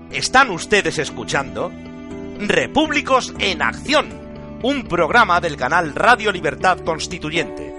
Están ustedes escuchando Repúblicos en Acción, un programa del canal Radio Libertad Constituyente.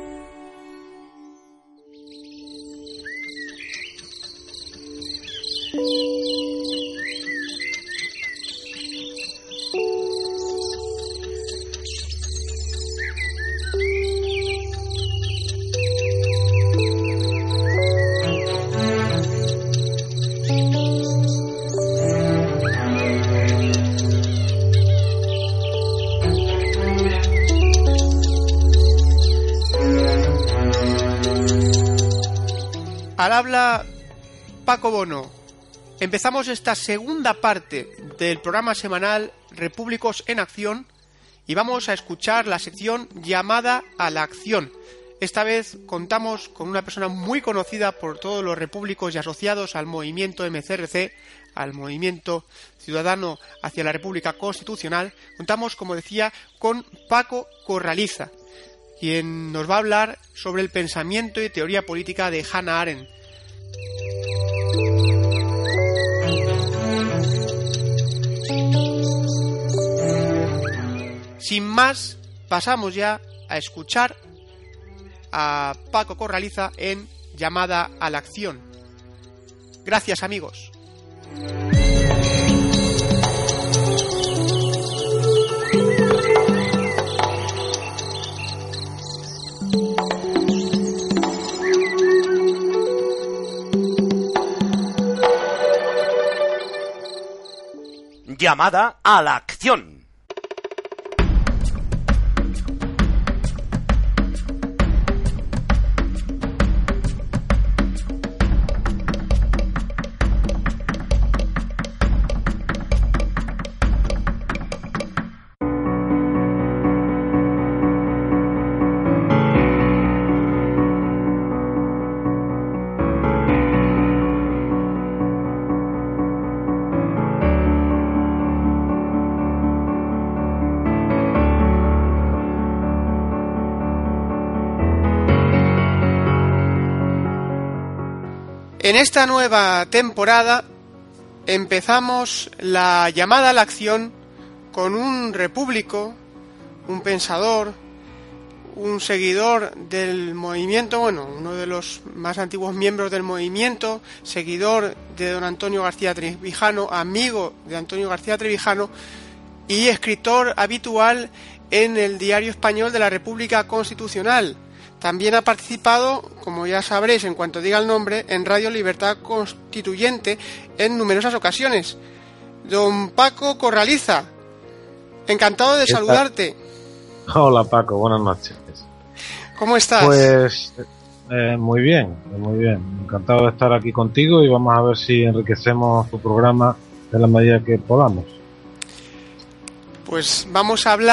Al habla Paco Bono. Empezamos esta segunda parte del programa semanal Repúblicos en Acción y vamos a escuchar la sección llamada a la acción. Esta vez contamos con una persona muy conocida por todos los repúblicos y asociados al movimiento MCRC, al movimiento ciudadano hacia la República Constitucional. Contamos, como decía, con Paco Corraliza, quien nos va a hablar sobre el pensamiento y teoría política de Hannah Arendt. Sin más, pasamos ya a escuchar a Paco Corraliza en Llamada a la Acción. Gracias, amigos. Llamada a la acción. En esta nueva temporada empezamos la llamada a la acción con un repúblico, un pensador, un seguidor del movimiento, uno de los más antiguos miembros del movimiento, seguidor de don Antonio García Trevijano, amigo de Antonio García Trevijano y escritor habitual en el Diario Español de la República Constitucional. También ha participado, como ya sabréis en cuanto diga el nombre, en Radio Libertad Constituyente en numerosas ocasiones. Don Paco Corraliza, encantado de saludarte. Hola Paco, buenas noches. ¿Cómo estás? Pues muy bien. Encantado de estar aquí contigo y vamos a ver si enriquecemos tu programa en la medida que podamos. Pues vamos a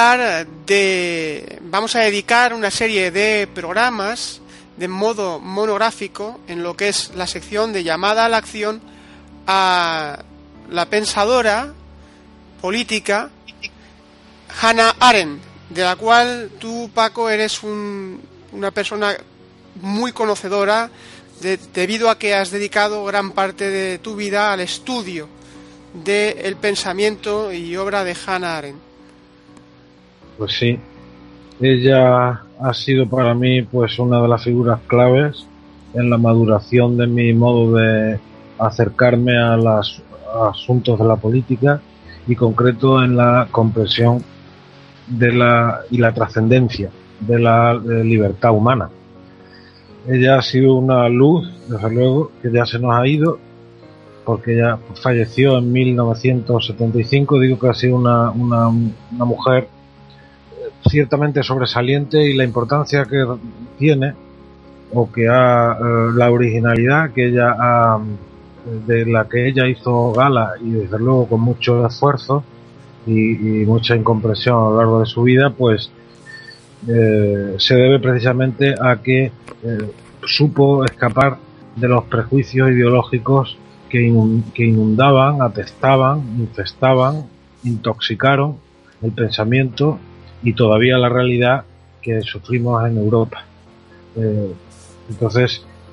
dedicar una serie de programas de modo monográfico en lo que es la sección de llamada a la acción a la pensadora política Hannah Arendt, de la cual tú, Paco, eres una persona muy conocedora debido a que has dedicado gran parte de tu vida al estudio del pensamiento y obra de Hannah Arendt. Pues sí, ella ha sido para mí pues una de las figuras claves en la maduración de mi modo de acercarme a los asuntos de la política y concreto en la comprensión y la trascendencia de la libertad humana. Ella ha sido una luz, desde luego, que ya se nos ha ido, porque ella falleció en 1975. Digo que ha sido una mujer ciertamente sobresaliente, y la importancia que tiene, o que la originalidad que ella de la que ella hizo gala, y desde luego con mucho esfuerzo y mucha incomprensión a lo largo de su vida, pues se debe precisamente a que supo escapar de los prejuicios ideológicos que inundaban, atestaban, infestaban, intoxicaron el pensamiento y todavía la realidad que sufrimos en Europa. Entonces,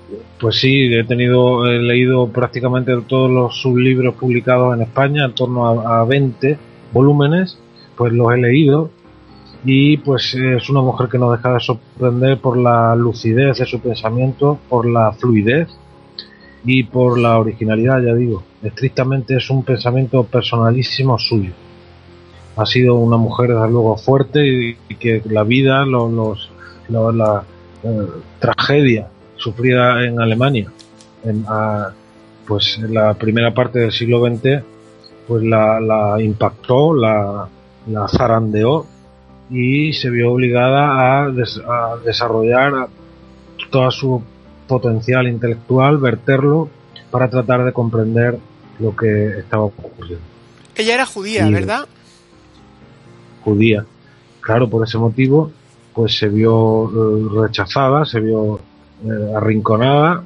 Pues sí, he leído prácticamente todos los sublibros publicados en España, en torno a 20 volúmenes, pues los he leído, y pues es una mujer que no deja de sorprender por la lucidez de su pensamiento, por la fluidez y por la originalidad, ya digo. Estrictamente es un pensamiento personalísimo suyo. Ha sido una mujer, desde luego, fuerte, y que la vida, la tragedia sufrida en Alemania, pues en la primera parte del siglo XX, pues la impactó, la zarandeó, y se vio obligada a desarrollar todo su potencial intelectual, verterlo para tratar de comprender lo que estaba ocurriendo. Ella era judía, ¿verdad? Judía. Claro, por ese motivo pues se vio rechazada, se vio arrinconada,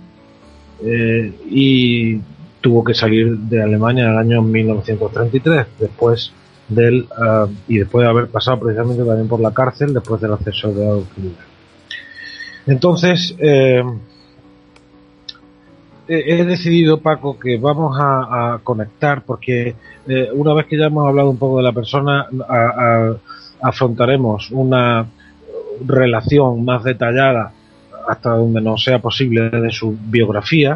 y tuvo que salir de Alemania en el año 1933, después y después de haber pasado precisamente también por la cárcel después del acceso de Adolf Hitler. Entonces he decidido, Paco, que vamos a conectar, porque una vez que ya hemos hablado un poco de la persona, afrontaremos una relación más detallada, hasta donde nos sea posible, de su biografía,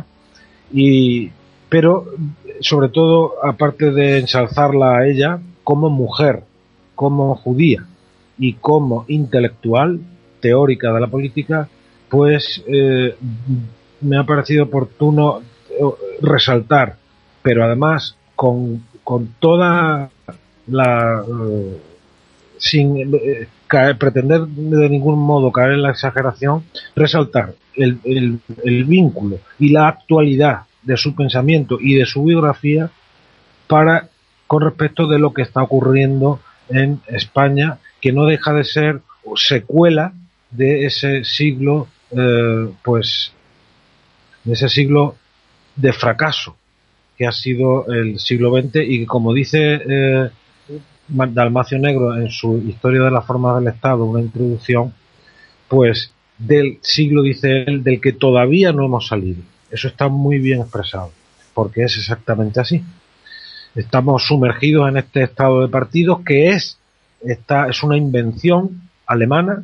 pero sobre todo, aparte de ensalzarla a ella como mujer, como judía y como intelectual teórica de la política, pues me ha parecido oportuno resaltar, pero además con toda la sin pretender de ningún modo caer en la exageración, resaltar el vínculo y la actualidad de su pensamiento y de su biografía con respecto de lo que está ocurriendo en España, que no deja de ser secuela de ese siglo, pues de ese siglo de fracaso que ha sido el siglo XX, y que, como dice Dalmacio Negro en su Historia de las Formas del Estado, una introducción, pues del siglo, dice él, del que todavía no hemos salido. Eso está muy bien expresado, porque es exactamente así. Estamos sumergidos en este estado de partidos que es una invención alemana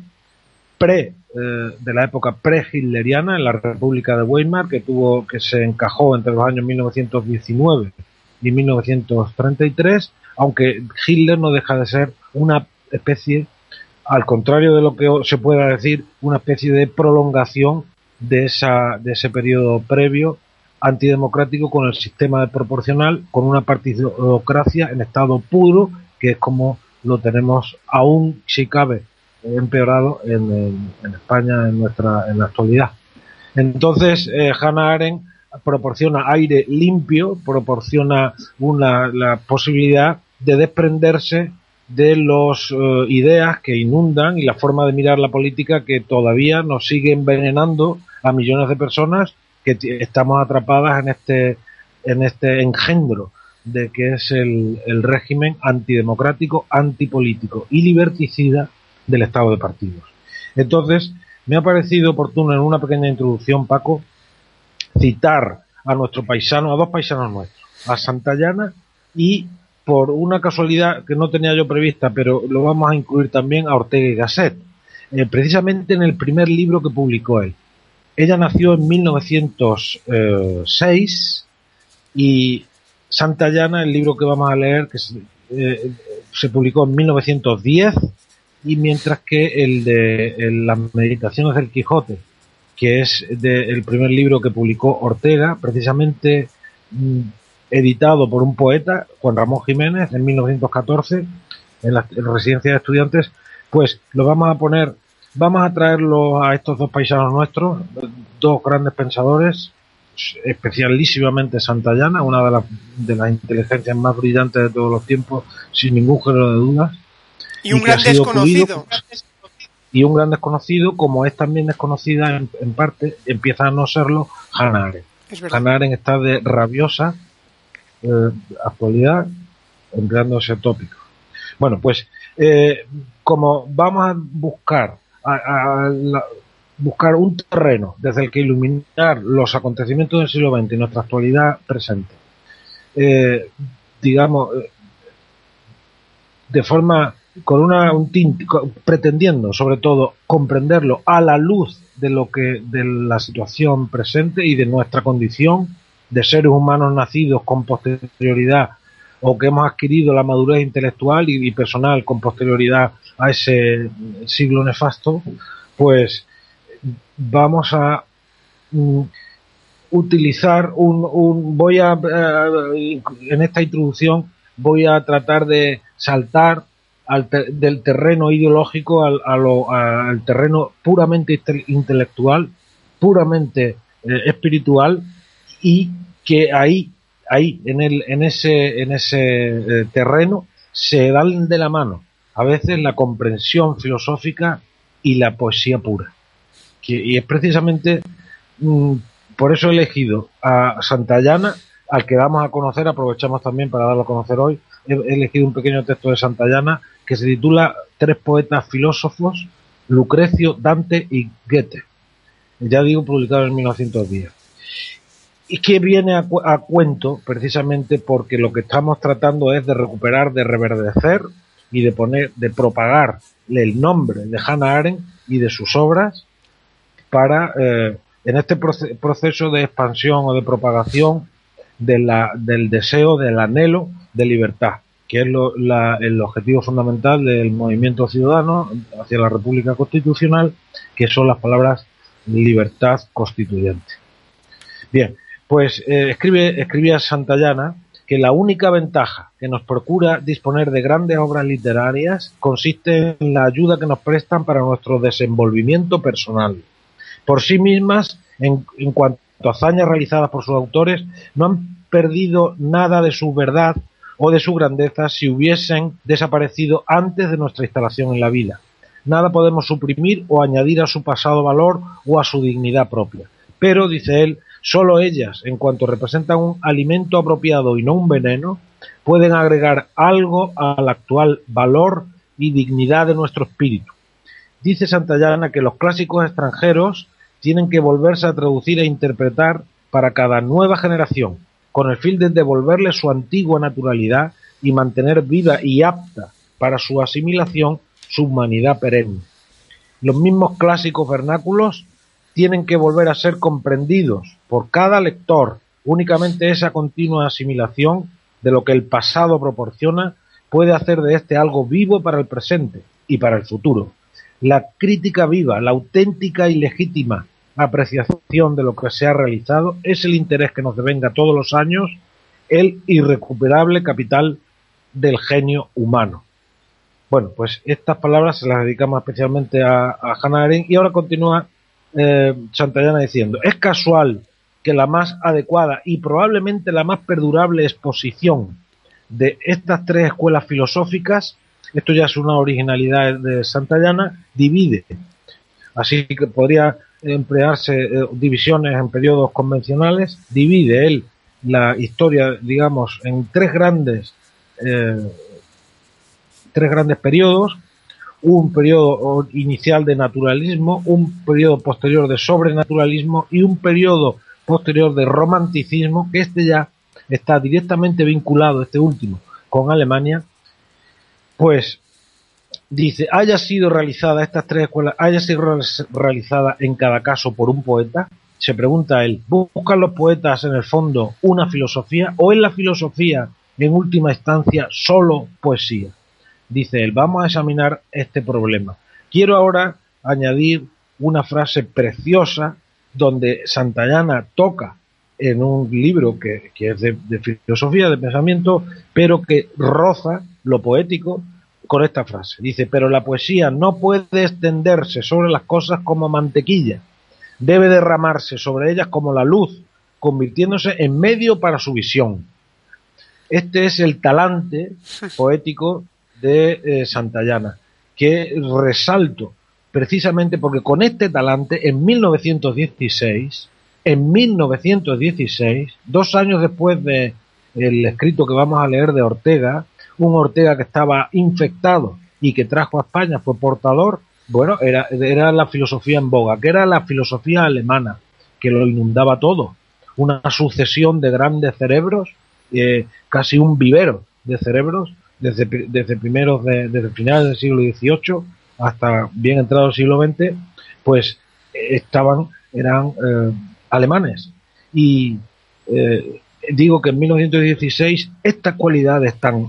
de la época pre-hitleriana, en la República de Weimar, que se encajó entre los años 1919 y 1933, aunque Hitler no deja de ser una especie, al contrario de lo que se pueda decir, una especie de prolongación de ese periodo previo antidemocrático, con el sistema de proporcional, con una partidocracia en estado puro, que es como lo tenemos, aún si cabe, empeorado en España en la actualidad. Entonces Hannah Arendt proporciona aire limpio, proporciona la posibilidad de desprenderse de las ideas que inundan y la forma de mirar la política que todavía nos sigue envenenando a millones de personas que estamos atrapadas en este engendro de que es el régimen antidemocrático, antipolítico y liberticida del estado de partidos. Entonces, me ha parecido oportuno, en una pequeña introducción, Paco, citar a dos paisanos nuestros, a Santayana, y por una casualidad que no tenía yo prevista, pero lo vamos a incluir también, a Ortega y Gasset, precisamente en el primer libro que publicó él. Ella nació en 1906 y Santayana, el libro que vamos a leer, que se publicó en 1910, y mientras que el de las Meditaciones del Quijote, que es el primer libro que publicó Ortega, precisamente editado por un poeta, Juan Ramón Jiménez, en 1914, en la residencia de estudiantes, pues lo vamos a traerlo a estos dos paisanos nuestros, dos grandes pensadores, especialísimamente Santayana, una de las inteligencias más brillantes de todos los tiempos, sin ningún género de dudas. Y un gran desconocido. Y un gran desconocido, como es también desconocida en parte, empieza a no serlo, Hannah Arendt. Hannah Arendt está de rabiosa actualidad, empleando ese tópico. Bueno, pues como vamos a buscar buscar un terreno desde el que iluminar los acontecimientos del siglo XX y nuestra actualidad presente, digamos, de forma con un tinte, pretendiendo sobre todo comprenderlo a la luz de la situación presente y de nuestra condición de seres humanos nacidos con posterioridad, o que hemos adquirido la madurez intelectual y personal con posterioridad a ese siglo nefasto, pues vamos a utilizar en esta introducción voy a tratar de saltar del terreno ideológico al terreno puramente intelectual, puramente espiritual, y que ahí en ese terreno se dan de la mano a veces la comprensión filosófica y la poesía pura, y es precisamente por eso he elegido a Santayana, al que damos a conocer. Aprovechamos también para darlo a conocer hoy. He elegido un pequeño texto de Santayana que se titula Tres poetas filósofos, Lucrecio, Dante y Goethe. Ya digo, publicado en 1910. Y que viene a cuento precisamente porque lo que estamos tratando es de recuperar, de reverdecer y de propagar el nombre de Hannah Arendt y de sus obras para en este proceso de expansión o de propagación del deseo, del anhelo de libertad, que es el objetivo fundamental del movimiento ciudadano hacia la República Constitucional, que son las palabras libertad constituyente. Bien, pues escribía Santayana que la única ventaja que nos procura disponer de grandes obras literarias consiste en la ayuda que nos prestan para nuestro desenvolvimiento personal. Por sí mismas, en cuanto a hazañas realizadas por sus autores, no han perdido nada de su verdad o de su grandeza si hubiesen desaparecido antes de nuestra instalación en la vida. Nada podemos suprimir o añadir a su pasado valor o a su dignidad propia. Pero, dice él, solo ellas, en cuanto representan un alimento apropiado y no un veneno, pueden agregar algo al actual valor y dignidad de nuestro espíritu. Dice Santayana que los clásicos extranjeros tienen que volverse a traducir e interpretar para cada nueva generación, con el fin de devolverle su antigua naturalidad y mantener viva y apta para su asimilación su humanidad perenne. Los mismos clásicos vernáculos tienen que volver a ser comprendidos por cada lector. Únicamente esa continua asimilación de lo que el pasado proporciona puede hacer de este algo vivo para el presente y para el futuro. La crítica viva, la auténtica y legítima apreciación de lo que se ha realizado es el interés que nos devenga todos los años el irrecuperable capital del genio humano. Bueno, pues estas palabras se las dedicamos especialmente a Hannah Arendt, y ahora continúa Santayana diciendo: es casual que la más adecuada y probablemente la más perdurable exposición de estas tres escuelas filosóficas, esto ya es una originalidad de Santayana, divide, así que podría emplearse divisiones en periodos convencionales, divide él la historia, digamos, en tres grandes periodos: un periodo inicial de naturalismo, un periodo posterior de sobrenaturalismo y un periodo posterior de romanticismo, que este ya está directamente vinculado, este último, con Alemania. Pues dice, haya sido realizada estas tres escuelas, haya sido realizada en cada caso por un poeta, se pregunta él, ¿buscan los poetas en el fondo una filosofía o es la filosofía en última instancia solo poesía? Dice él, vamos a examinar este problema. Quiero ahora añadir una frase preciosa donde Santayana toca en un libro que es de filosofía, de pensamiento, pero que roza lo poético con esta frase. Dice, pero la poesía no puede extenderse sobre las cosas como mantequilla, debe derramarse sobre ellas como la luz, convirtiéndose en medio para su visión. Este es el talante poético de Santayana, que resalto precisamente porque con este talante en 1916, 2 años después de el escrito que vamos a leer de Ortega, un Ortega que estaba infectado y que trajo a España, fue portador bueno, era la filosofía en boga, que era la filosofía alemana, que lo inundaba todo. Una sucesión de grandes cerebros, casi un vivero de cerebros, desde finales del siglo XVIII hasta bien entrado el siglo XX, pues eran alemanes. Y digo que en 1916 estas cualidades tan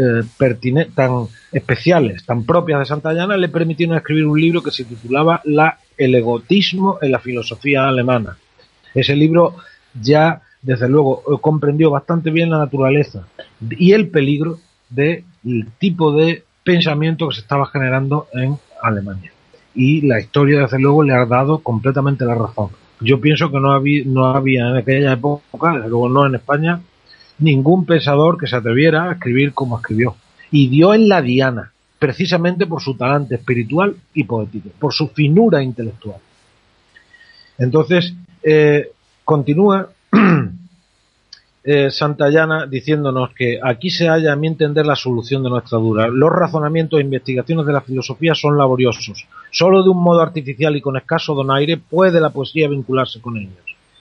especiales, tan propias de Santayana, le permitieron escribir un libro que se titulaba El egotismo en la filosofía alemana. Ese libro ya, desde luego, comprendió bastante bien la naturaleza y el peligro del tipo de pensamiento que se estaba generando en Alemania. Y la historia, desde luego, le ha dado completamente la razón. Yo pienso que no había en aquella época, desde luego no en España, ningún pensador que se atreviera a escribir como escribió. Y dio en la diana, precisamente por su talante espiritual y poético, por su finura intelectual. Entonces, continúa Santayana diciéndonos que aquí se halla, a mi entender, la solución de nuestra duda. Los razonamientos e investigaciones de la filosofía son laboriosos. Solo de un modo artificial y con escaso donaire puede la poesía vincularse con ellos.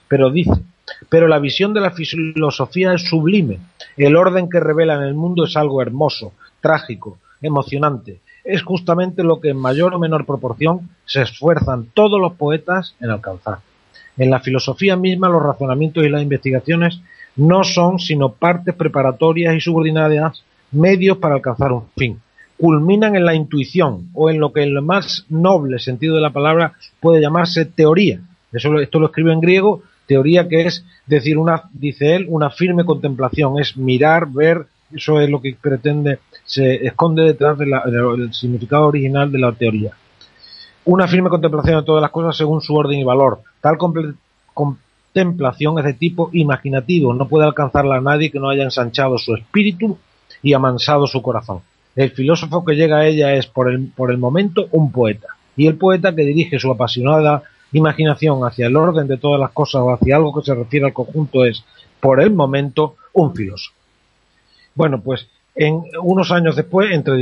Pero la visión de la filosofía es sublime. El orden que revela en el mundo es algo hermoso, trágico, emocionante. Es justamente lo que en mayor o menor proporción se esfuerzan todos los poetas en alcanzar. En la filosofía misma, los razonamientos y las investigaciones no son sino partes preparatorias y subordinadas, medios para alcanzar un fin. Culminan en la intuición, o en lo que en el más noble sentido de la palabra puede llamarse teoría. Esto lo escribe en griego, teoría, que es decir, dice él, una firme contemplación, es mirar, ver. Eso es lo que pretende, se esconde detrás del significado original de la teoría. Una firme contemplación de todas las cosas según su orden y valor. Tal contemplación es de tipo imaginativo, no puede alcanzarla a nadie que no haya ensanchado su espíritu y amansado su corazón. El filósofo que llega a ella es por el momento un poeta, y el poeta que dirige su apasionada imaginación hacia el orden de todas las cosas o hacia algo que se refiere al conjunto es, por el momento, un filósofo. Bueno, pues unos años después, entre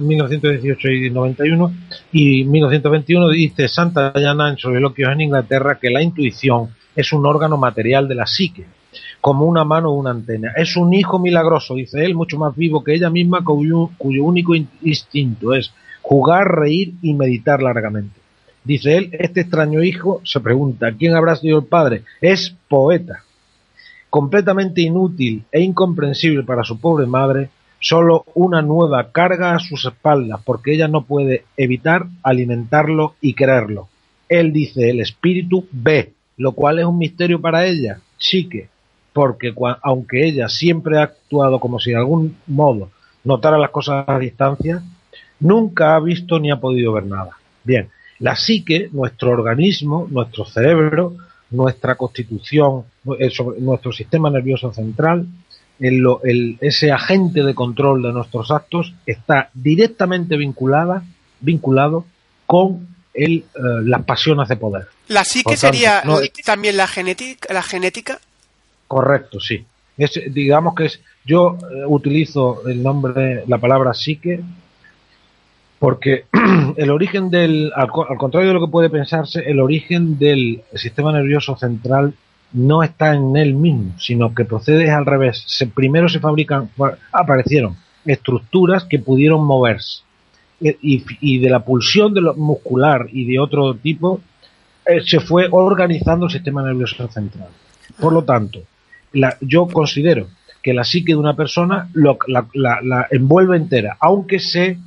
1918 y 91 y 1921, dice Santayana en Soliloquios en Inglaterra que la intuición es un órgano material de la psique, como una mano o una antena. Es un hijo milagroso, dice él, mucho más vivo que ella misma, cuyo único instinto es jugar, reír y meditar largamente. Dice él, este extraño hijo se pregunta, ¿quién habrá sido el padre? Es poeta. Completamente inútil e incomprensible para su pobre madre, solo una nueva carga a sus espaldas, porque ella no puede evitar alimentarlo y quererlo. Él dice, el espíritu ve, lo cual es un misterio para ella, psique, porque aunque ella siempre ha actuado como si de algún modo notara las cosas a distancia, nunca ha visto ni ha podido ver nada. Bien, la psique, nuestro organismo, nuestro cerebro, nuestra constitución, nuestro sistema nervioso central, ese agente de control de nuestros actos está directamente vinculado con las pasiones de poder. ¿La psique sería también la genética? Correcto, sí. Digamos que yo utilizo la palabra psique porque el origen al contrario de lo que puede pensarse, el origen del sistema nervioso central no está en él mismo, sino que procede al revés. Primero aparecieron estructuras que pudieron moverse y de la pulsión de lo muscular y de otro tipo se fue organizando el sistema nervioso central. Por lo tanto, yo considero que la psique de una persona la envuelve entera, aunque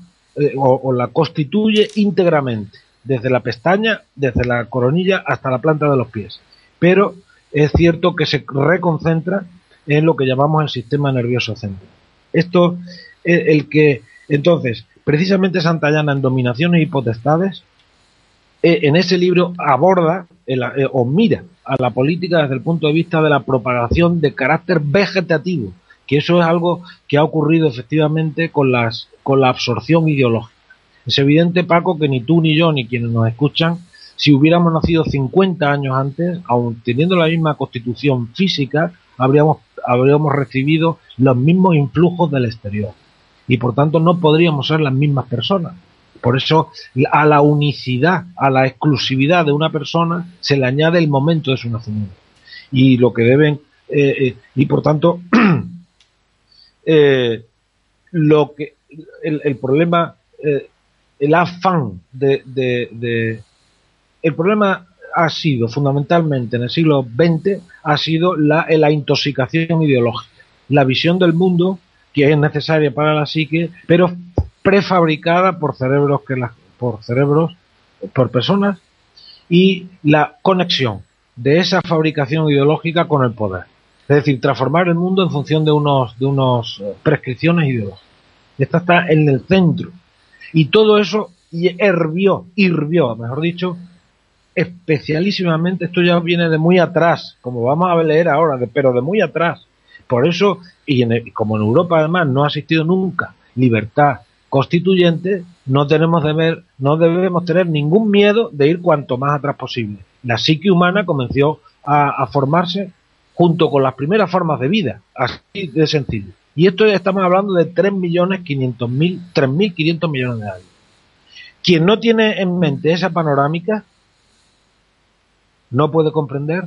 o la constituye íntegramente, desde la pestaña, desde la coronilla hasta la planta de los pies. Pero es cierto que se reconcentra en lo que llamamos el sistema nervioso central. Esto es entonces, precisamente Santayana en Dominaciones y Potestades, en ese libro aborda o mira a la política desde el punto de vista de la propagación de carácter vegetativo, que eso es algo que ha ocurrido efectivamente con la absorción ideológica. Es evidente, Paco, que ni tú ni yo ni quienes nos escuchan, si hubiéramos nacido 50 años antes, aun teniendo la misma constitución física, habríamos recibido los mismos influjos del exterior y por tanto no podríamos ser las mismas personas, Por eso a la unicidad, a la exclusividad de una persona se le añade el momento de su nacimiento. Y lo que deben, y por tanto, lo que el problema, el afán el problema ha sido fundamentalmente en el siglo XX, ha sido la intoxicación ideológica, la visión del mundo que es necesaria para la psique, pero prefabricada por personas, y la conexión de esa fabricación ideológica con el poder. Es decir, transformar el mundo en función de unos prescripciones ideológicas. Esta está en el centro. Y todo eso hirvió, mejor dicho, especialísimamente. Esto ya viene de muy atrás, como vamos a leer ahora, pero de muy atrás. Por eso, como en Europa además no ha existido nunca libertad constituyente, no debemos tener ningún miedo de ir cuanto más atrás posible. La psique humana comenzó a formarse junto con las primeras formas de vida, así de sencillo. Y esto ya estamos hablando de 3.500.000 millones de años. Quien no tiene en mente esa panorámica no puede comprender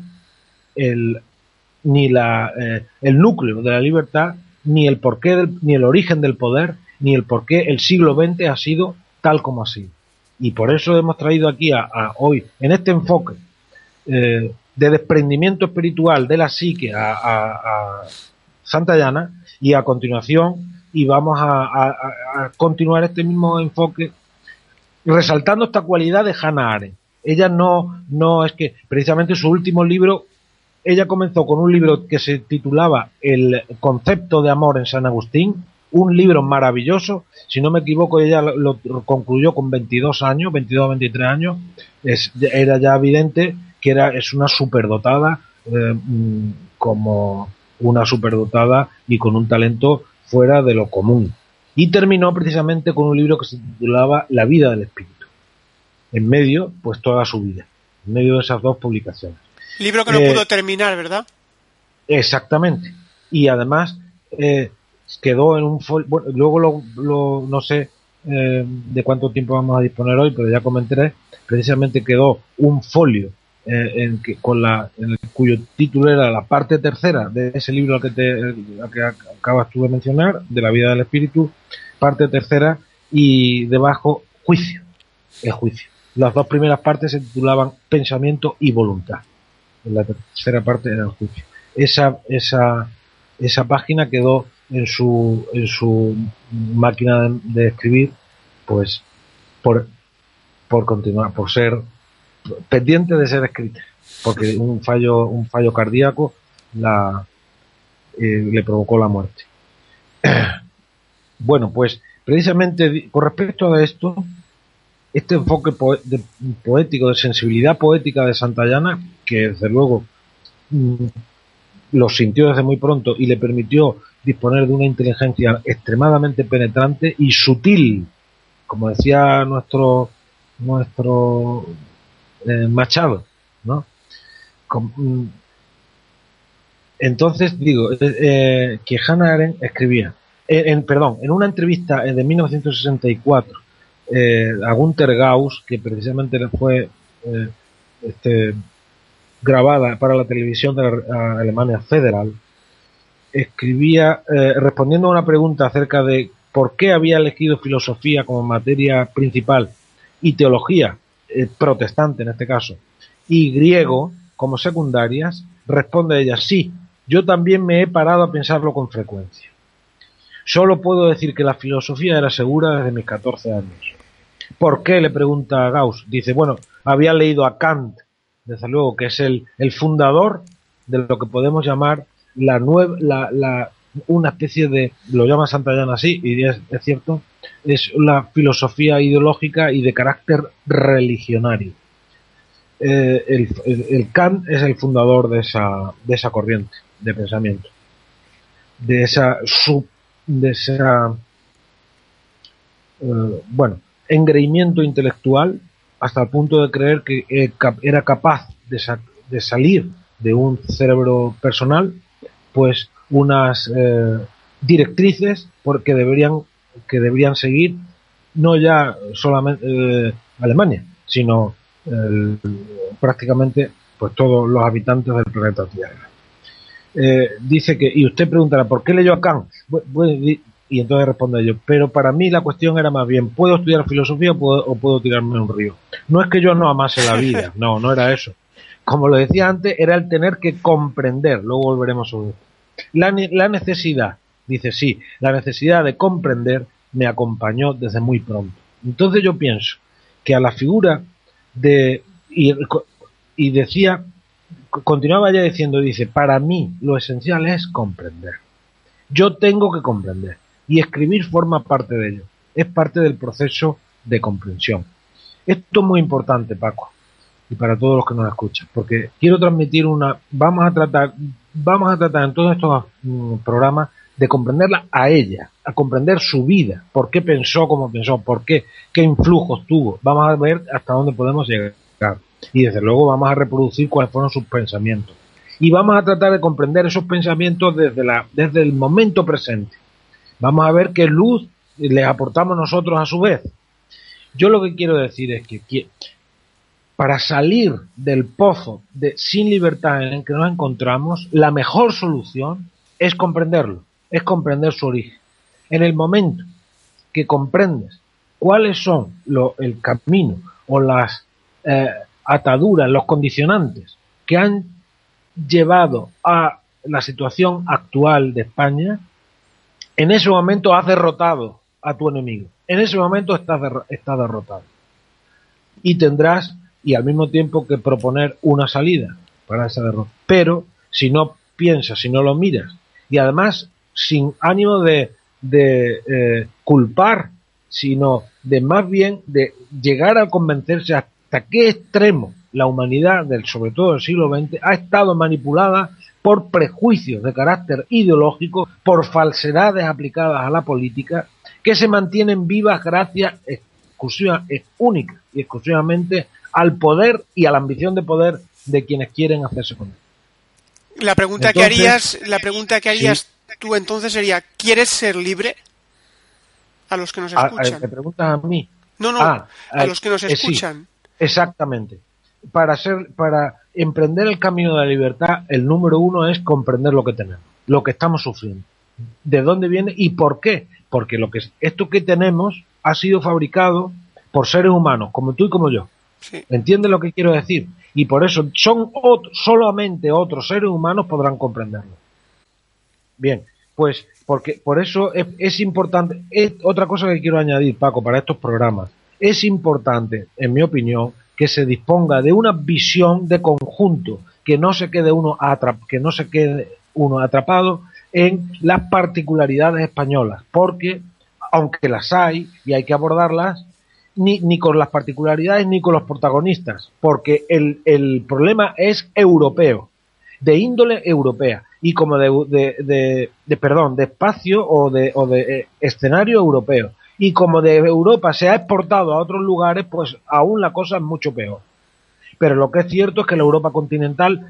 ni el núcleo de la libertad, ni el porqué ni el origen del poder, ni el porqué el siglo XX ha sido tal como ha sido. Y por eso hemos traído aquí hoy, en este enfoque de desprendimiento espiritual de la psique a Santayana, y a continuación, y vamos a continuar este mismo enfoque resaltando esta cualidad de Hannah Arendt. Ella no es que, precisamente su último libro, ella comenzó con un libro que se titulaba El concepto de amor en San Agustín, un libro maravilloso. Si no me equivoco, ella lo concluyó con 22 años, 22 o 23 años. Era ya evidente que es una superdotada, como una superdotada y con un talento fuera de lo común. Y terminó precisamente con un libro que se titulaba La vida del espíritu. En medio, pues toda su vida, en medio de esas dos publicaciones. Libro que no pudo terminar, ¿verdad? Exactamente. Y además quedó en un folio. Bueno, luego no sé de cuánto tiempo vamos a disponer hoy, pero ya comentaré. Precisamente quedó un folio cuyo título era la parte tercera de ese libro que acabas tú de mencionar, de La vida del espíritu, parte tercera, y debajo juicio, el juicio. Las dos primeras partes se titulaban Pensamiento y Voluntad. En la tercera parte era el juicio. Esa página quedó en su máquina de escribir, pues por continuar, por ser pendiente de ser escrita, porque un fallo cardíaco le provocó la muerte. Bueno, pues precisamente con respecto a esto, este enfoque poético, de sensibilidad poética de Santayana, que desde luego lo sintió desde muy pronto y le permitió disponer de una inteligencia extremadamente penetrante y sutil, como decía nuestro Machado, ¿no? Entonces digo que Hannah Arendt escribía en una entrevista de 1964 a Günter Gauss, que precisamente fue grabada para la televisión de la Alemania Federal, escribía respondiendo a una pregunta acerca de por qué había elegido filosofía como materia principal y teología protestante en este caso, y griego como secundarias, responde ella: sí, yo también me he parado a pensarlo con frecuencia. Solo puedo decir que la filosofía era segura desde mis 14 años. ¿Por qué?, le pregunta Gauss. Dice, bueno, había leído a Kant, desde luego, que es el fundador de lo que podemos llamar una especie de, lo llama Santayana así, y es cierto, es la filosofía ideológica y de carácter religionario. El Kant es el fundador de esa corriente de pensamiento, de esa engreimiento intelectual, hasta el punto de creer que era capaz de salir de un cerebro personal pues unas directrices que deberían seguir no ya solamente Alemania, sino prácticamente pues todos los habitantes del planeta Tierra. Dice que, y usted preguntará, ¿por qué leyó a Kant? Y entonces responde yo, pero para mí la cuestión era más bien, ¿puedo estudiar filosofía o puedo tirarme un río? No es que yo no amase la vida, no era eso. Como lo decía antes, era el tener que comprender, luego volveremos sobre esto. La necesidad, dice sí, la necesidad de comprender me acompañó desde muy pronto. Entonces yo pienso que a la figura y decía, continuaba ya diciendo, dice, para mí lo esencial es comprender. Yo tengo que comprender y escribir forma parte de ello, es parte del proceso de comprensión. Esto es muy importante, Paco, y para todos los que nos escuchan, porque quiero transmitir vamos a tratar en todos estos programas de comprenderla a ella, a comprender su vida, por qué pensó como pensó, qué influjos tuvo, vamos a ver hasta dónde podemos llegar y desde luego vamos a reproducir cuáles fueron sus pensamientos y vamos a tratar de comprender esos pensamientos desde el momento presente. Vamos a ver qué luz les aportamos nosotros a su vez. Yo lo que quiero decir es que para salir del pozo sin libertad en el que nos encontramos, la mejor solución es comprenderlo, es comprender su origen. En el momento que comprendes cuáles son el camino o las ataduras, los condicionantes que han llevado a la situación actual de España, en ese momento has derrotado a tu enemigo. En ese momento estás derrotado. Y tendrás, y al mismo tiempo, que proponer una salida para esa derrota. Pero si no piensas, si no lo miras, y además sin ánimo de culpar, sino de más bien de llegar a convencerse hasta qué extremo la humanidad, sobre todo del siglo XX, ha estado manipulada por prejuicios de carácter ideológico, por falsedades aplicadas a la política, que se mantienen vivas gracias única y exclusivamente al poder y a la ambición de poder de quienes quieren hacerse con él. La pregunta que harías sí, tú entonces sería, ¿quieres ser libre? A los que nos escuchan. ¿Me preguntas a mí? No, a los que nos escuchan. Sí, exactamente. Para emprender el camino de la libertad, el número uno es comprender lo que tenemos, lo que estamos sufriendo, de dónde viene y por qué. Porque esto que tenemos ha sido fabricado por seres humanos, como tú y como yo. Sí. ¿Entiendes lo que quiero decir? Y por eso solamente otros seres humanos podrán comprenderlo. Bien, pues porque por eso es importante. Otra cosa que quiero añadir, Paco, para estos programas. Es importante, en mi opinión, que se disponga de una visión de conjunto, que no se quede uno atrapado en las particularidades españolas, porque aunque las hay y hay que abordarlas, ni con las particularidades ni con los protagonistas, porque el problema es europeo, de índole europea y como de espacio o de escenario europeo. Y como de Europa se ha exportado a otros lugares, pues aún la cosa es mucho peor. Pero lo que es cierto es que la Europa continental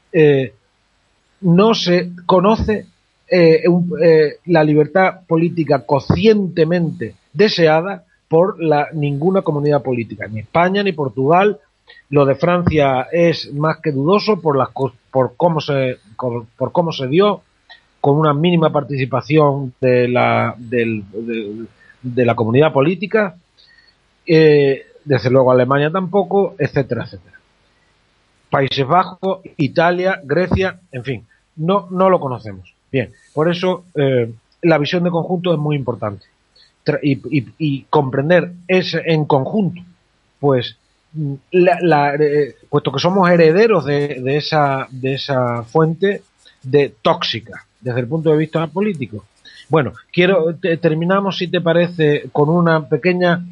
no se conoce la libertad política conscientemente deseada por ninguna comunidad política, ni España ni Portugal. Lo de Francia es más que dudoso por cómo se dio, con una mínima participación de la comunidad política, desde luego Alemania tampoco, etcétera, etcétera. Países Bajos, Italia, Grecia, en fin, no lo conocemos. Bien, por eso la visión de conjunto es muy importante y comprender ese en conjunto, pues puesto que somos herederos de esa fuente tóxica desde el punto de vista político. Bueno, terminamos, si te parece, con una pequeña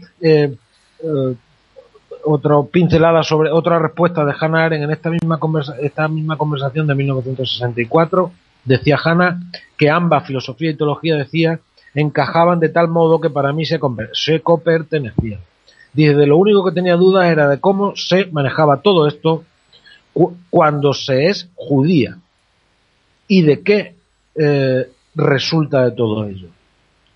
otra pincelada sobre otra respuesta de Hannah Arendt en esta misma conversación de 1964. Decía Hannah que ambas, filosofía y teología, decía, encajaban de tal modo que para mí se copertenecían. Dice, de lo único que tenía dudas era de cómo se manejaba todo esto cuando se es judía y de qué resulta de todo ello.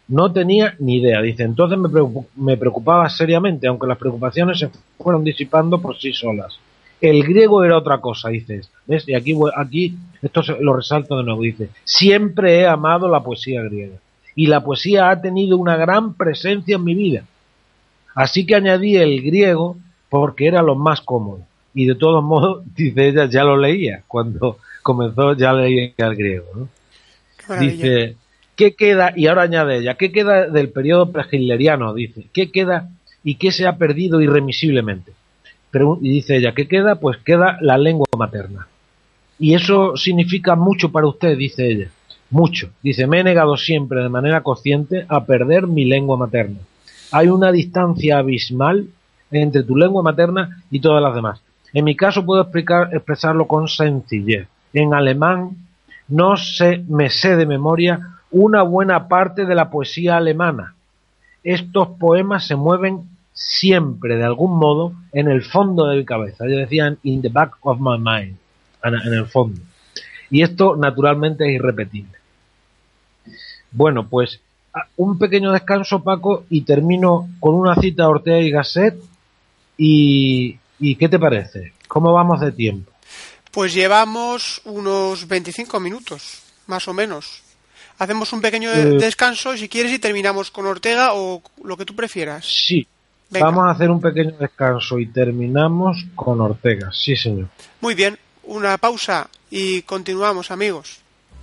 No tenía ni idea, dice. Entonces me preocupaba seriamente, aunque las preocupaciones se fueron disipando por sí solas. El griego era otra cosa, dice. ¿Ves? Y aquí esto lo resalto de nuevo, dice. Siempre he amado la poesía griega. Y la poesía ha tenido una gran presencia en mi vida. Así que añadí el griego porque era lo más cómodo. Y de todos modos, dice ella, ya lo leía. Cuando comenzó ya leía el griego, ¿no? Dice, ¿qué queda? Y ahora añade ella, ¿qué queda del periodo prehitleriano? Dice, ¿qué queda y qué se ha perdido irremisiblemente? Y dice ella, ¿qué queda? Pues queda la lengua materna. Y eso significa mucho para usted, dice ella. Mucho. Dice, me he negado siempre de manera consciente a perder mi lengua materna. Hay una distancia abismal entre tu lengua materna y todas las demás. En mi caso puedo expresarlo con sencillez. En alemán me sé de memoria una buena parte de la poesía alemana. Estos poemas se mueven siempre, de algún modo, en el fondo de mi cabeza. Ellos decían, in the back of my mind, en el fondo. Y esto, naturalmente, es irrepetible. Bueno, pues, un pequeño descanso, Paco, y termino con una cita de Ortega y Gasset. ¿Y qué te parece? ¿Cómo vamos de tiempo? Pues llevamos unos 25 minutos, más o menos. Hacemos un pequeño descanso, si quieres, y terminamos con Ortega o lo que tú prefieras. Sí. Venga. Vamos a hacer un pequeño descanso y terminamos con Ortega. Sí, señor. Muy bien, una pausa y continuamos, amigos.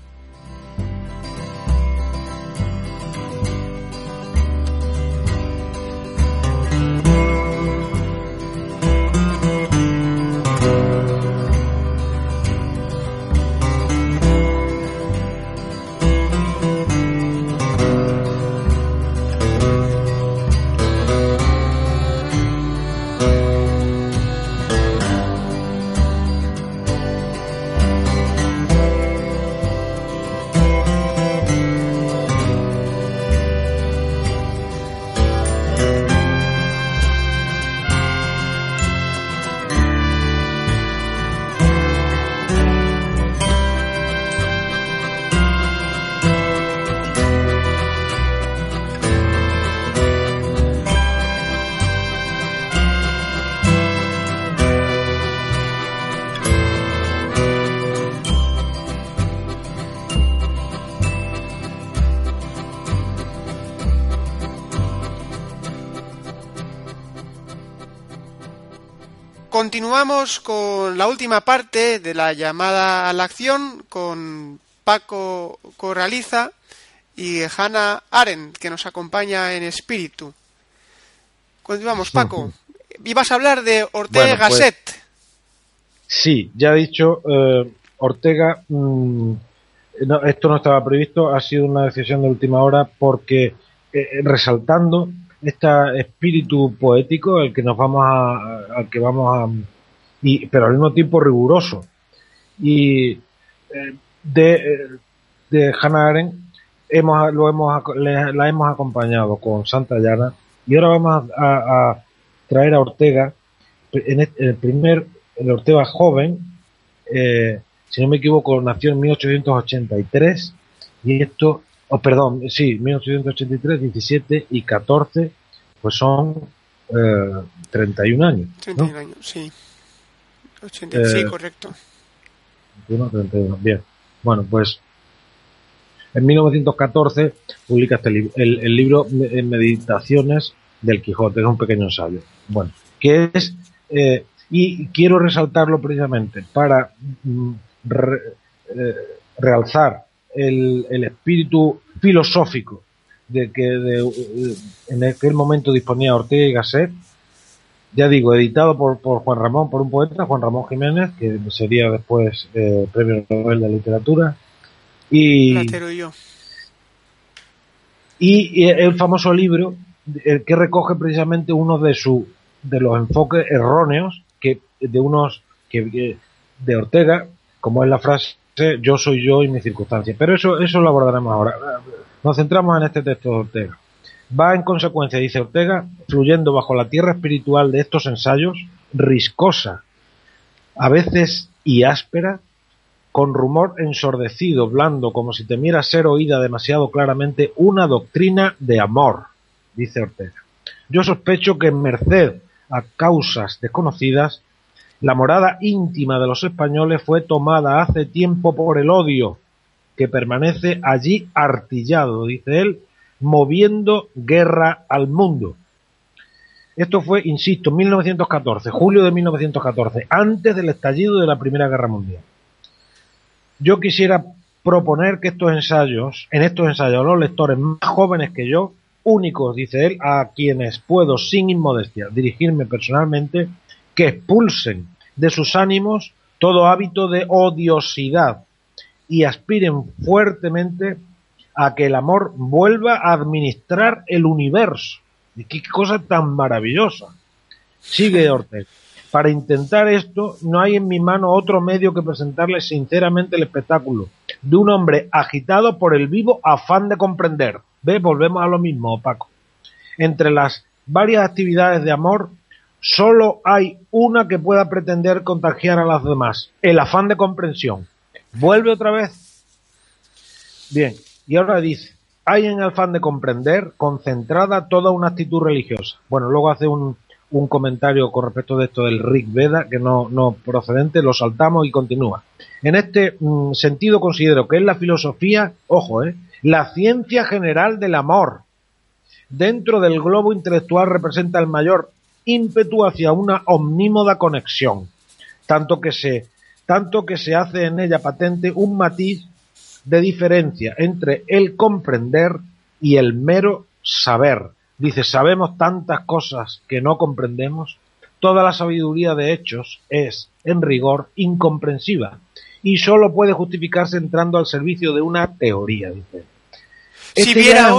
Continuamos con la última parte de la llamada a la acción con Paco Corraliza y Hannah Arendt, que nos acompaña en espíritu. Continuamos, Paco. Ibas a hablar de Ortega y Gasset. Pues, sí, ya he dicho, Ortega, esto no estaba previsto, ha sido una decisión de última hora porque, resaltando este espíritu poético al que vamos a pero al mismo tiempo riguroso, y de Hannah Arendt la hemos acompañado con Santayana, y ahora vamos a traer a Ortega el Ortega joven, si no me equivoco nació en 1883, y esto 1883, 17 y 14, pues son 31 años. 31 años, sí. 80, sí, correcto. 31, bien. Bueno, pues en 1914 publica el libro Meditaciones del Quijote, es un pequeño ensayo. Bueno, que es, y quiero resaltarlo precisamente para realzar el espíritu filosófico de que en aquel momento disponía Ortega y Gasset, ya digo, editado por Juan Ramón, por un poeta, Juan Ramón Jiménez, que sería después Premio Nobel de Literatura, y el famoso libro que recoge precisamente uno de los enfoques erróneos de Ortega, como es la frase yo soy yo y mi circunstancia. Pero eso lo abordaremos ahora. Nos centramos en este texto de Ortega. Va en consecuencia, dice Ortega, fluyendo bajo la tierra espiritual de estos ensayos, riscosa, a veces y áspera, con rumor ensordecido, blando, como si temiera ser oída demasiado claramente, una doctrina de amor, dice Ortega. Yo sospecho que en merced a causas desconocidas, la morada íntima de los españoles fue tomada hace tiempo por el odio, que permanece allí artillado, dice él, moviendo guerra al mundo. Esto fue, insisto, 1914, julio de 1914, antes del estallido de la Primera Guerra Mundial. Yo quisiera proponer que en estos ensayos, los lectores más jóvenes que yo, únicos, dice él, a quienes puedo, sin inmodestia, dirigirme personalmente, que expulsen de sus ánimos todo hábito de odiosidad y aspiren fuertemente a que el amor vuelva a administrar el universo. Y qué cosa tan maravillosa. Sigue Ortega. Para intentar esto, no hay en mi mano otro medio que presentarles sinceramente el espectáculo de un hombre agitado por el vivo afán de comprender. ¿Ve? Volvemos a lo mismo, Paco. Entre las varias actividades de amor, solo hay una que pueda pretender contagiar a las demás: el afán de comprensión. Vuelve otra vez. Bien, y ahora dice: hay en el afán de comprender concentrada toda una actitud religiosa. Bueno, luego hace un comentario con respecto de esto del Rig Veda, que no procedente, lo saltamos y continúa. En este sentido considero que es la filosofía, ojo, la ciencia general del amor. Dentro del globo intelectual representa el mayor ímpetu hacia una omnímoda conexión, tanto que se hace en ella patente un matiz de diferencia entre el comprender y el mero saber. Dice: sabemos tantas cosas que no comprendemos. Toda la sabiduría de hechos es, en rigor, incomprensiva y solo puede justificarse entrando al servicio de una teoría, dice. Si viviera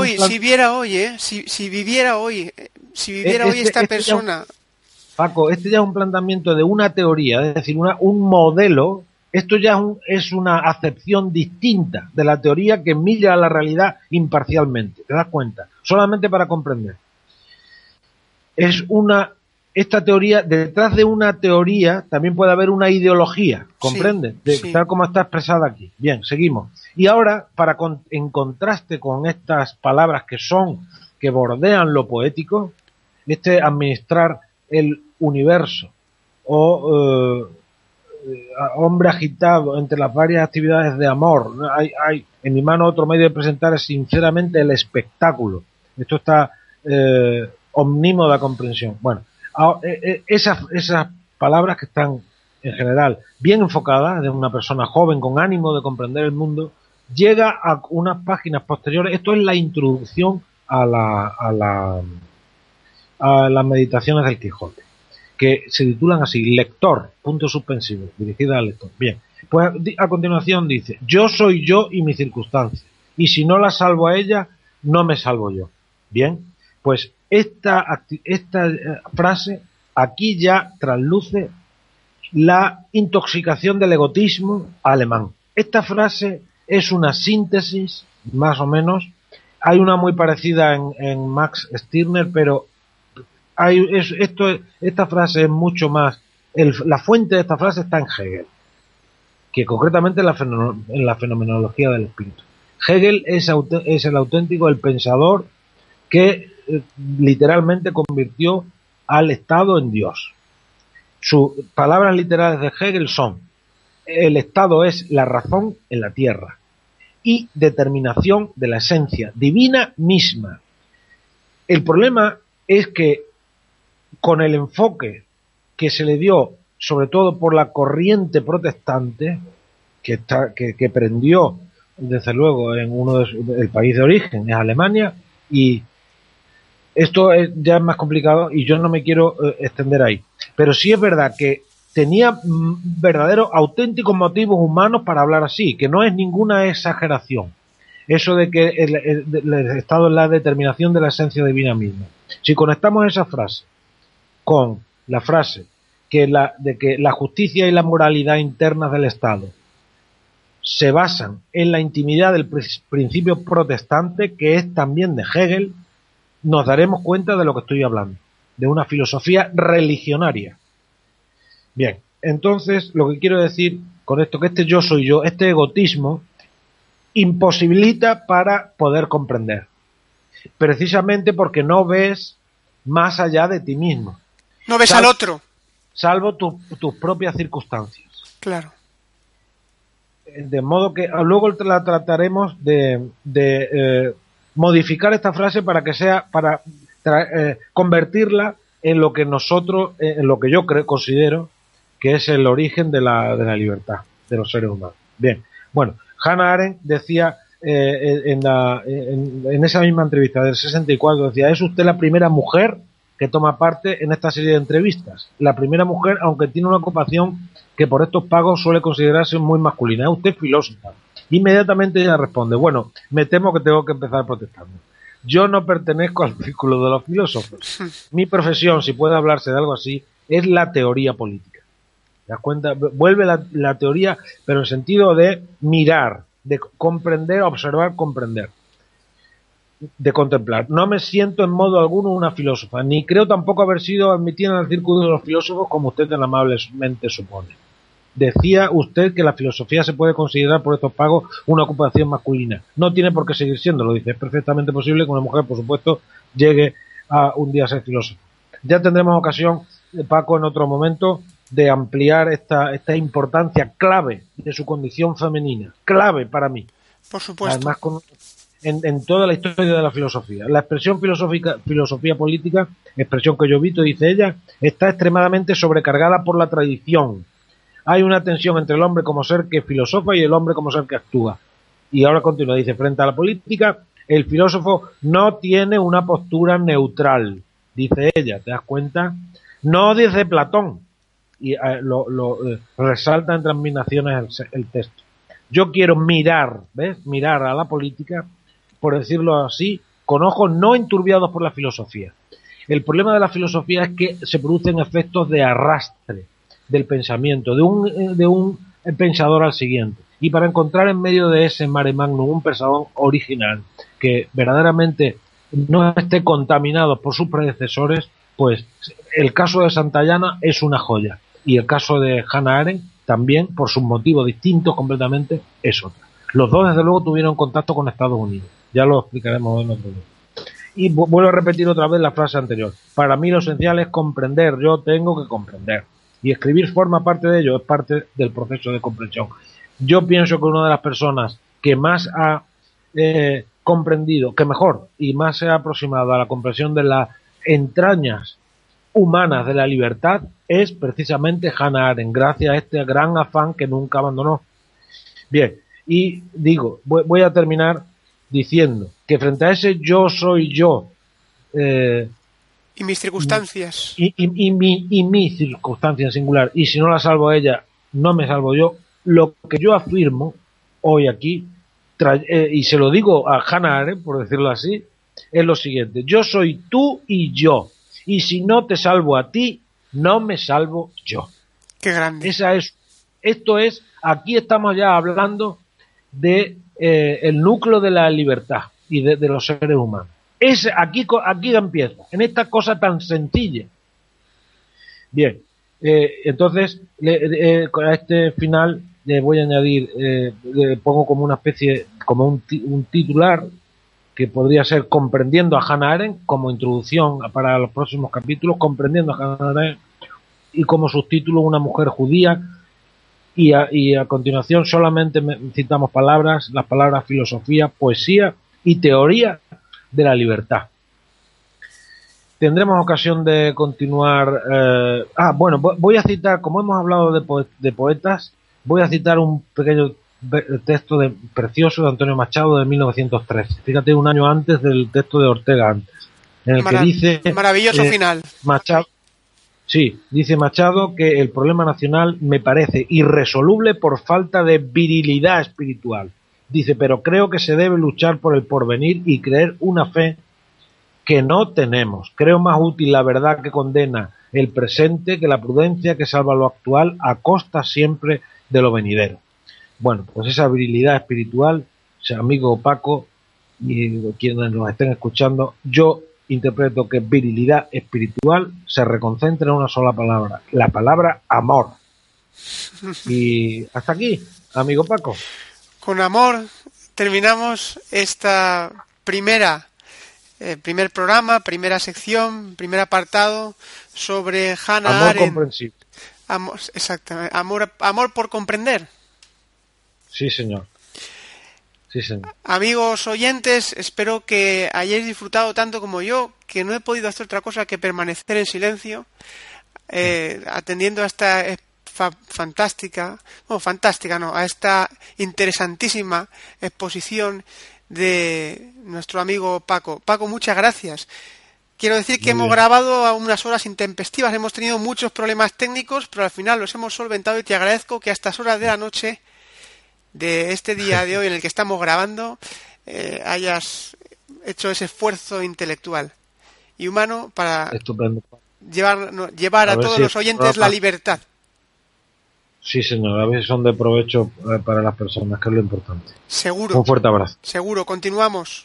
hoy esta persona. Paco, este ya es un planteamiento de una teoría, es decir, un modelo. Esto ya es una acepción distinta de la teoría que mira a la realidad imparcialmente. ¿Te das cuenta? Solamente para comprender. Esta teoría, detrás de una teoría también puede haber una ideología, ¿comprende? Sí. Tal como está expresada aquí. Bien, seguimos. Y ahora, en contraste con estas palabras que bordean lo poético, administrar el universo o hombre agitado entre las varias actividades de amor. Hay en mi mano otro medio de presentar es sinceramente el espectáculo. Esto está omnímoda comprensión. Bueno, esas palabras que están en general bien enfocadas de una persona joven con ánimo de comprender el mundo, llega a unas páginas posteriores. Esto es la introducción a las meditaciones del Quijote, que se titulan así: lector, punto suspensivo, dirigida al lector. Bien, pues a continuación dice: yo soy yo y mi circunstancia, y si no la salvo a ella, no me salvo yo. Bien, pues esta frase aquí ya trasluce la intoxicación del egotismo alemán. Esta frase es una síntesis, más o menos. Hay una muy parecida en Max Stirner, pero esta frase es mucho más. La fuente de esta frase está en Hegel, que concretamente en la fenomenología del espíritu. Hegel es el auténtico, el pensador que literalmente convirtió al Estado en Dios. Sus palabras literales de Hegel son: el Estado es la razón en la tierra y determinación de la esencia divina misma. El problema es que con el enfoque que se le dio, sobre todo por la corriente protestante, que prendió, desde luego, en el país de origen, es Alemania, y esto ya es más complicado y yo no me quiero extender ahí. Pero sí es verdad que tenía verdaderos, auténticos motivos humanos para hablar así, que no es ninguna exageración. Eso de que el Estado es la determinación de la esencia divina misma. Si conectamos esa frase con la frase de que la justicia y la moralidad internas del Estado se basan en la intimidad del principio protestante, que es también de Hegel, nos daremos cuenta de lo que estoy hablando, de una filosofía religionaria. Bien, entonces lo que quiero decir con esto, que este yo soy yo, este egotismo, imposibilita para poder comprender. Precisamente porque no ves más allá de ti mismo. No ves al otro. Salvo tus propias circunstancias. Claro. De modo que luego la trataremos de modificar esta frase para que sea, para convertirla en lo que nosotros, en lo que yo considero que es el origen de la libertad de los seres humanos. Bien, bueno, Hannah Arendt decía en esa misma entrevista del 64, decía: es usted la primera mujer que toma parte en esta serie de entrevistas. La primera mujer, aunque tiene una ocupación que por estos pagos suele considerarse muy masculina. Es usted filósofa. Inmediatamente ella responde: bueno, me temo que tengo que empezar protestando. Yo no pertenezco al círculo de los filósofos. Mi profesión, si puede hablarse de algo así, es la teoría política. ¿Te das cuenta? Vuelve la teoría, pero en sentido de mirar, de comprender, observar, comprender, de contemplar. No me siento en modo alguno una filósofa, ni creo tampoco haber sido admitida en el círculo de los filósofos como usted tan amablemente supone. Decía usted que la filosofía se puede considerar por estos pagos una ocupación masculina. No tiene por qué seguir siendo, lo dice. Es perfectamente posible que una mujer, por supuesto, llegue a un día a ser filósofo. Ya tendremos ocasión, Paco, en otro momento, de ampliar esta importancia clave de su condición femenina. Clave para mí. Por supuesto. Además, en toda la historia de la filosofía. La expresión filosofía política, expresión que yo evito, dice ella, está extremadamente sobrecargada por la tradición. Hay una tensión entre el hombre como ser que filosofa y el hombre como ser que actúa. Y ahora continúa, dice: frente a la política, el filósofo no tiene una postura neutral, dice ella, ¿te das cuenta? No dice Platón, y resalta en transminaciones el texto. Yo quiero mirar, ¿ves? Mirar a la política, por decirlo así, con ojos no enturbiados por la filosofía. El problema de la filosofía es que se producen efectos de arrastre del pensamiento, de un pensador al siguiente. Y para encontrar en medio de ese mare magnum un pensador original que verdaderamente no esté contaminado por sus predecesores, pues el caso de Santayana es una joya. Y el caso de Hannah Arendt también, por sus motivos distintos completamente, es otra. Los dos, desde luego, tuvieron contacto con Estados Unidos. Ya lo explicaremos en otro día. Y vuelvo a repetir otra vez la frase anterior. Para mí lo esencial es comprender. Yo tengo que comprender. Y escribir forma parte de ello, es parte del proceso de comprensión. Yo pienso que una de las personas que más ha comprendido, que mejor y más se ha aproximado a la comprensión de las entrañas humanas de la libertad, es precisamente Hannah Arendt, gracias a este gran afán que nunca abandonó. Bien, y digo, voy a terminar diciendo que frente a ese yo soy yo, y mis circunstancias. Y mi circunstancia en singular, y si no la salvo ella, no me salvo yo, lo que yo afirmo hoy aquí, y se lo digo a Hannah Arendt, por decirlo así, es lo siguiente: yo soy tú y yo, y si no te salvo a ti, no me salvo yo. Qué grande. Esto es, aquí estamos ya hablando de el núcleo de la libertad y de los seres humanos. Aquí empieza, en esta cosa tan sencilla. Bien, entonces a este final le voy a añadir, le pongo como una especie, como un titular que podría ser Comprendiendo a Hannah Arendt, como introducción para los próximos capítulos, Comprendiendo a Hannah Arendt, y como subtítulo Una mujer judía, y a continuación solamente citamos las palabras filosofía, poesía y teoría de la libertad. Tendremos ocasión de continuar. Bueno, voy a citar, como hemos hablado de poetas, voy a citar un pequeño texto precioso de Antonio Machado de 1913. Fíjate, un año antes del texto de Ortega antes, en el que dice... Maravilloso final. Machado, sí, dice Machado que el problema nacional me parece irresoluble por falta de virilidad espiritual. Dice, pero creo que se debe luchar por el porvenir y creer una fe que no tenemos. Creo más útil la verdad que condena el presente que la prudencia que salva lo actual a costa siempre de lo venidero. Bueno, pues esa virilidad espiritual, amigo Paco y quienes nos estén escuchando, yo interpreto que virilidad espiritual se reconcentra en una sola palabra, la palabra amor. Y hasta aquí, amigo Paco. Con amor terminamos esta primer programa, primera sección, primer apartado sobre Hannah Amor Arendt. comprensible. Exactamente. Amor por comprender. Sí, señor. Sí, señor. Amigos oyentes, espero que hayáis disfrutado tanto como yo, que no he podido hacer otra cosa que permanecer en silencio, atendiendo a esta a esta interesantísima exposición de nuestro amigo Paco. Paco, muchas gracias. Quiero decir que hemos grabado a unas horas intempestivas, hemos tenido muchos problemas técnicos, pero al final los hemos solventado y te agradezco que a estas horas de la noche de este día de hoy en el que estamos grabando hayas hecho ese esfuerzo intelectual y humano para llevar a todos los oyentes la libertad. Sí, señor, a veces son de provecho para las personas, que es lo importante. Seguro. Un fuerte abrazo. Seguro, continuamos.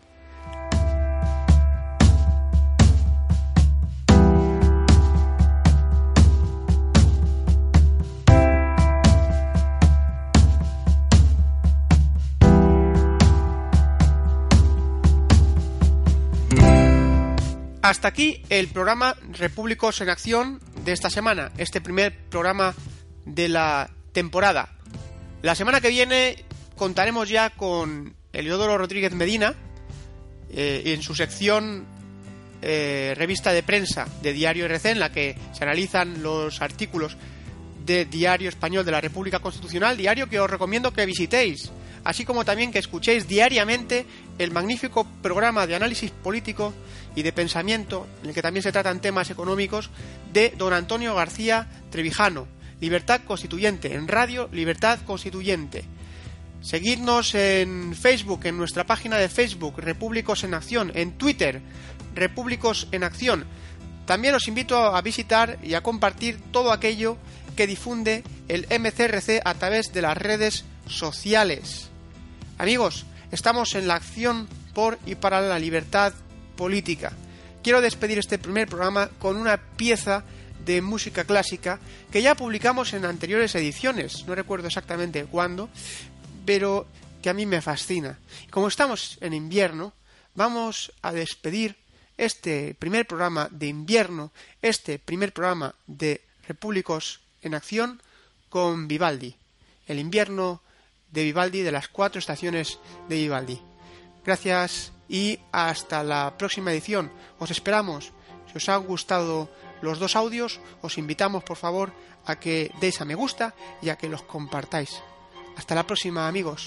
Hasta aquí el programa Repúblicos en Acción de esta semana, este primer programa de la temporada. La semana que viene contaremos ya con Eliodoro Rodríguez Medina en su sección revista de prensa de Diario RC, en la que se analizan los artículos de Diario Español de la República Constitucional, diario que os recomiendo que visitéis, así como también que escuchéis diariamente el magnífico programa de análisis político y de pensamiento, en el que también se tratan temas económicos, de don Antonio García Trevijano, Libertad Constituyente, en Radio Libertad Constituyente. Seguidnos en Facebook, en nuestra página de Facebook, Repúblicos en Acción, en Twitter, Repúblicos en Acción. También os invito a visitar y a compartir todo aquello que difunde el MCRC a través de las redes sociales. Amigos, estamos en la acción por y para la libertad política. Quiero despedir este primer programa con una pieza de música clásica que ya publicamos en anteriores ediciones, no recuerdo exactamente cuándo, pero que a mí me fascina. Como estamos en invierno, vamos a despedir este primer programa de invierno, este primer programa de Repúblicos en Acción, con Vivaldi, el invierno de Vivaldi, de las 4 estaciones de Vivaldi. Gracias y hasta la próxima edición. Os esperamos. Si os han gustado los dos audios, os invitamos por favor a que deis a me gusta y a que los compartáis. Hasta la próxima, amigos.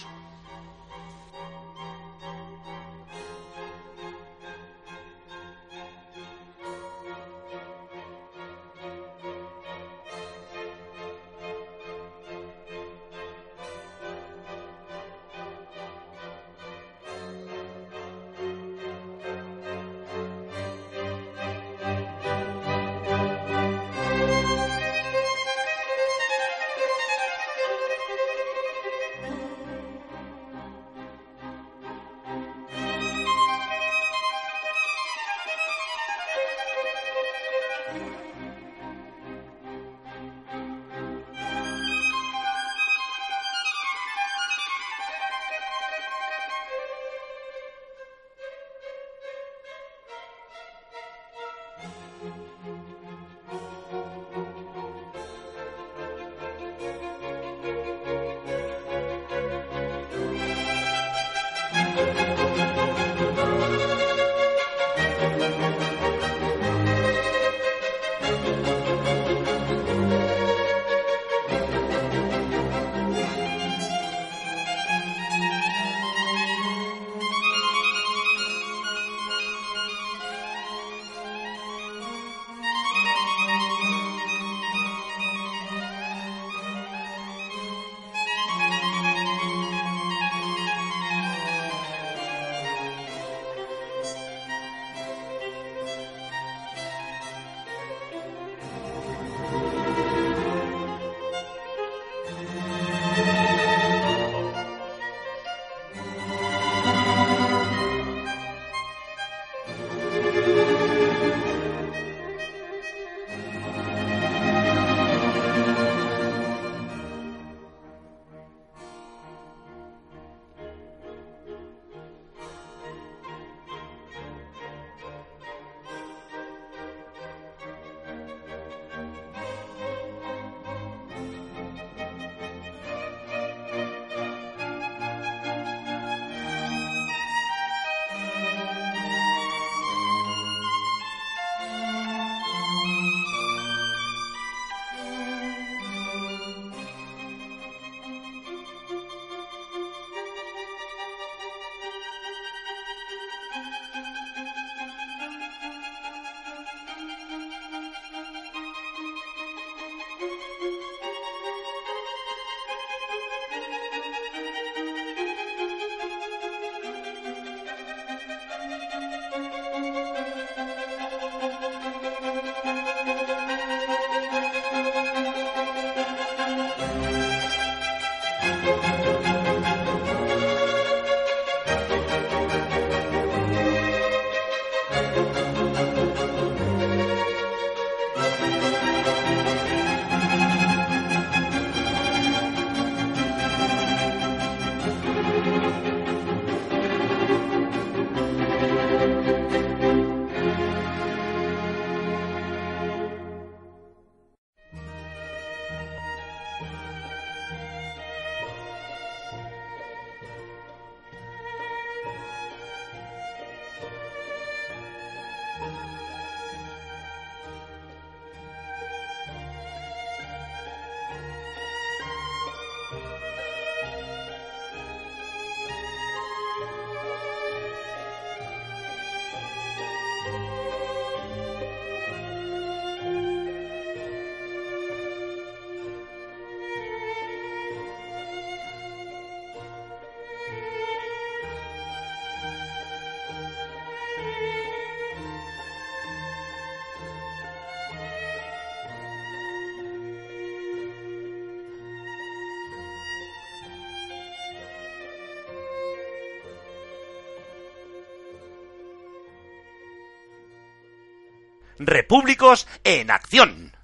Repúblicos en Acción.